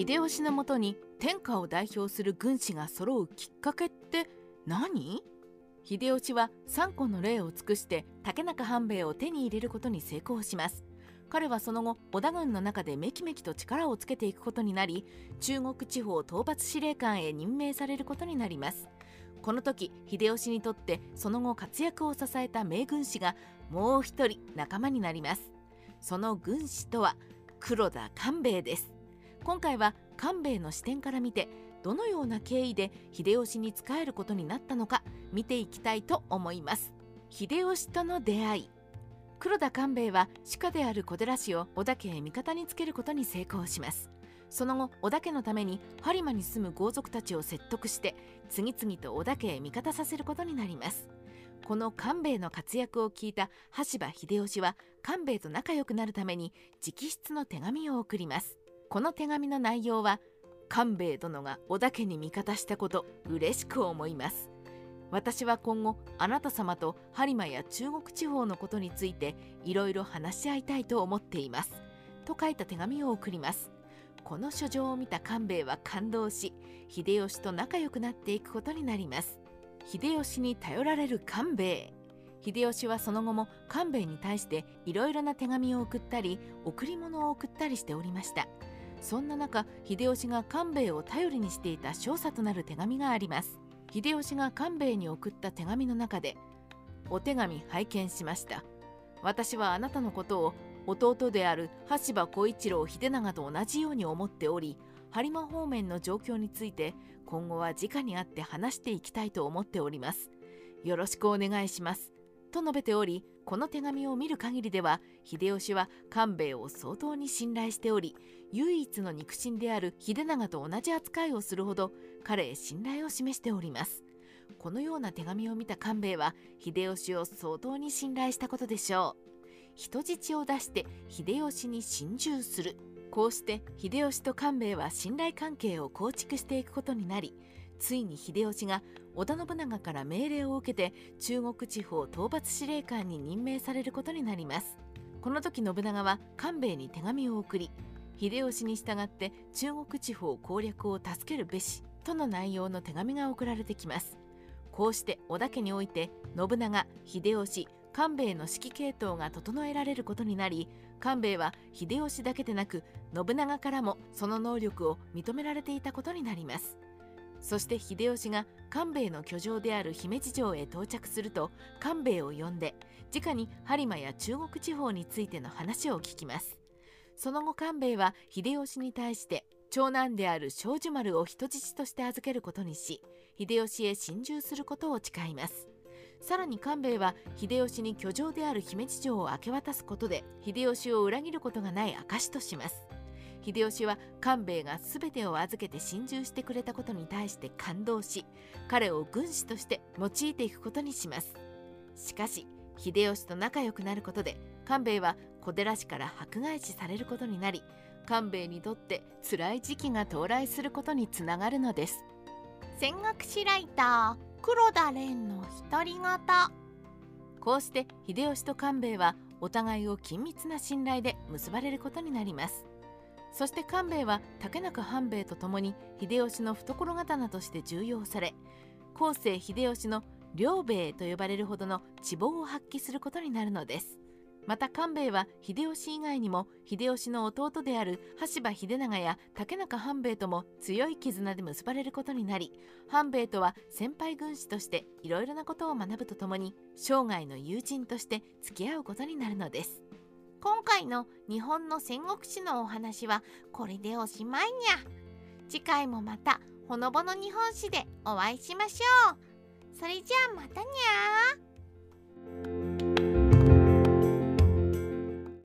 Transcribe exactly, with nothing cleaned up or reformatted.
秀吉のもとに天下を代表する軍師が揃うきっかけって何？秀吉はさんこの例を尽くして竹中半兵衛を手に入れることに成功します。彼はその後織田軍の中でめきめきと力をつけていくことになり、中国地方討伐司令官へ任命されることになります。この時秀吉にとってその後活躍を支えた名軍師がもう一人仲間になります。その軍師とは黒田官兵衛です。今回は官兵衛の視点から見て、どのような経緯で秀吉に仕えることになったのか見ていきたいと思います。秀吉との出会い。黒田官兵衛は主家である小寺氏を織田家へ味方につけることに成功します。その後織田家のために播磨に住む豪族たちを説得して次々と織田家へ味方させることになります。この官兵衛の活躍を聞いた羽柴秀吉は官兵衛と仲良くなるために直筆の手紙を送ります。この手紙の内容は、官兵衛殿が織田家に味方したこと嬉しく思います。私は今後あなた様と播磨や中国地方のことについていろいろ話し合いたいと思っていますと書いた手紙を送ります。この書状を見た官兵衛は感動し、秀吉と仲良くなっていくことになります。秀吉に頼られる官兵衛。秀吉はその後も官兵衛に対していろいろな手紙を送ったり贈り物を送ったりしておりました。そんな中、秀吉が官兵衛を頼りにしていた証左となる手紙があります。秀吉が官兵衛に送った手紙の中で、お手紙拝見しました。私はあなたのことを弟である羽柴小一郎秀長と同じように思っており、播磨方面の状況について今後は直に会って話していきたいと思っております。よろしくお願いしますと述べており、この手紙を見る限りでは秀吉は官兵衛を相当に信頼しており、唯一の肉親である秀長と同じ扱いをするほど彼へ信頼を示しております。このような手紙を見た官兵衛は秀吉を相当に信頼したことでしょう。人質を出して秀吉に心中する。こうして秀吉と官兵衛は信頼関係を構築していくことになり、ついに秀吉が織田信長から命令を受けて中国地方討伐司令官に任命されることになります。この時信長は官兵衛に手紙を送り、秀吉に従って中国地方攻略を助けるべしとの内容の手紙が送られてきます。こうして織田家において信長、秀吉、官兵衛の指揮系統が整えられることになり、官兵衛は秀吉だけでなく信長からもその能力を認められていたことになります。そして秀吉が官兵衛の居城である姫路城へ到着すると、官兵衛を呼んで直に播磨や中国地方についての話を聞きます。その後官兵衛は秀吉に対して長男である小寿丸を人質として預けることにし、秀吉へ心中することを誓います。さらに官兵衛は秀吉に居城である姫路城を明け渡すことで秀吉を裏切ることがない証とします。秀吉は官兵衛が全てを預けて心中してくれたことに対して感動し、彼を軍師として用いていくことにします。しかし秀吉と仲良くなることで官兵衛は小寺氏から迫害死されることになり、官兵衛にとって辛い時期が到来することにつながるのです。 戦国史ライター黒田蓮の独り言。 こうして秀吉と官兵衛はお互いを緊密な信頼で結ばれることになります。そして官兵衛は竹中半兵衛と共に秀吉の懐刀として重用され、後世秀吉の両兵衛と呼ばれるほどの知望を発揮することになるのです。また官兵衛は秀吉以外にも秀吉の弟である羽柴秀長や竹中半兵衛とも強い絆で結ばれることになり、半兵衛とは先輩軍師としていろいろなことを学ぶとともに生涯の友人として付き合うことになるのです。 今回の日本の戦国史のお話はこれでおしまいにゃ。次回もまたほのぼの日本史でお会いしましょう。それじゃあまたにゃー。